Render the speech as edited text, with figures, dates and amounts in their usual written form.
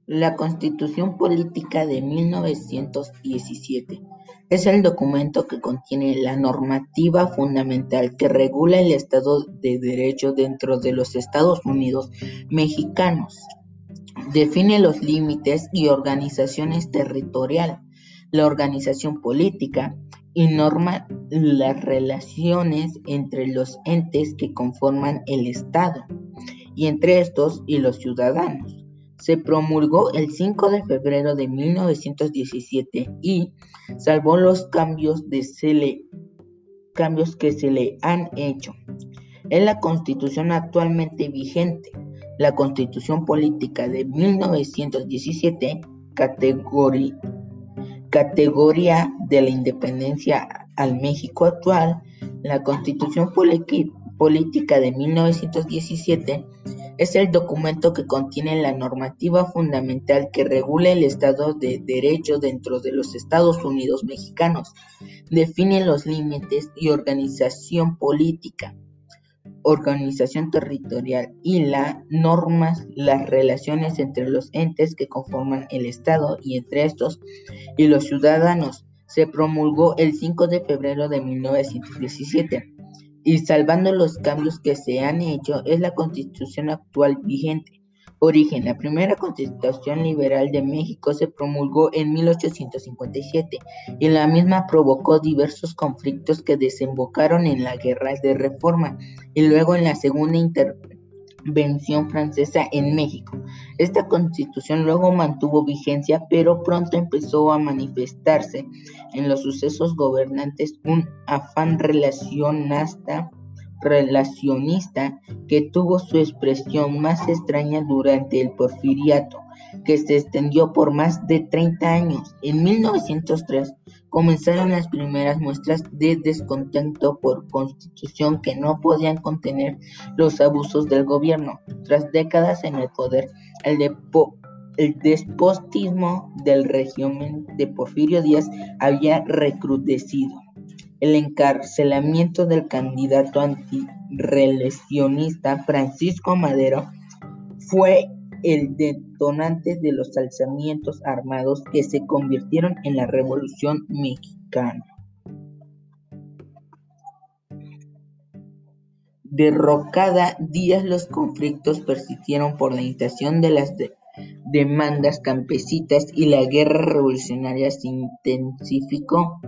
La Constitución Política de 1917 es el documento que contiene la normativa fundamental que regula el Estado de Derecho dentro de los Estados Unidos mexicanos. Define los límites y organizaciones territorial, la organización política y norma las relaciones entre los entes que conforman el Estado y entre estos y los ciudadanos. Se promulgó el 5 de febrero de 1917 y, salvo los cambios que se le han hecho, es la Constitución actualmente vigente. La Constitución Política de 1917, categoría de la independencia al México actual. La Constitución Política de 1917 es el documento que contiene la normativa fundamental que regula el Estado de Derecho dentro de los Estados Unidos mexicanos. Define los límites y organización política, organización territorial y normas las relaciones entre los entes que conforman el Estado y entre estos y los ciudadanos. Se promulgó el 5 de febrero de 1917 y, salvando los cambios que se han hecho, es la Constitución actual vigente. Origen: la primera Constitución Liberal de México se promulgó en 1857 y la misma provocó diversos conflictos que desembocaron en la Guerra de Reforma y luego en la Segunda Intervención Francesa en México. Esta Constitución luego mantuvo vigencia, pero pronto empezó a manifestarse en los sucesos gobernantes un afán relacionista que tuvo su expresión más extraña durante el Porfiriato, que se extendió por más de 30 años. En 1903 comenzaron las primeras muestras de descontento por Constitución que no podían contener los abusos del gobierno. Tras décadas en el poder, el despotismo del régimen de Porfirio Díaz había recrudecido. El encarcelamiento del candidato antireeleccionista Francisco Madero fue el detonante de los alzamientos armados que se convirtieron en la Revolución Mexicana. Derrocada Díaz, los conflictos persistieron por la intención de las demandas campesinas y la guerra revolucionaria se intensificó.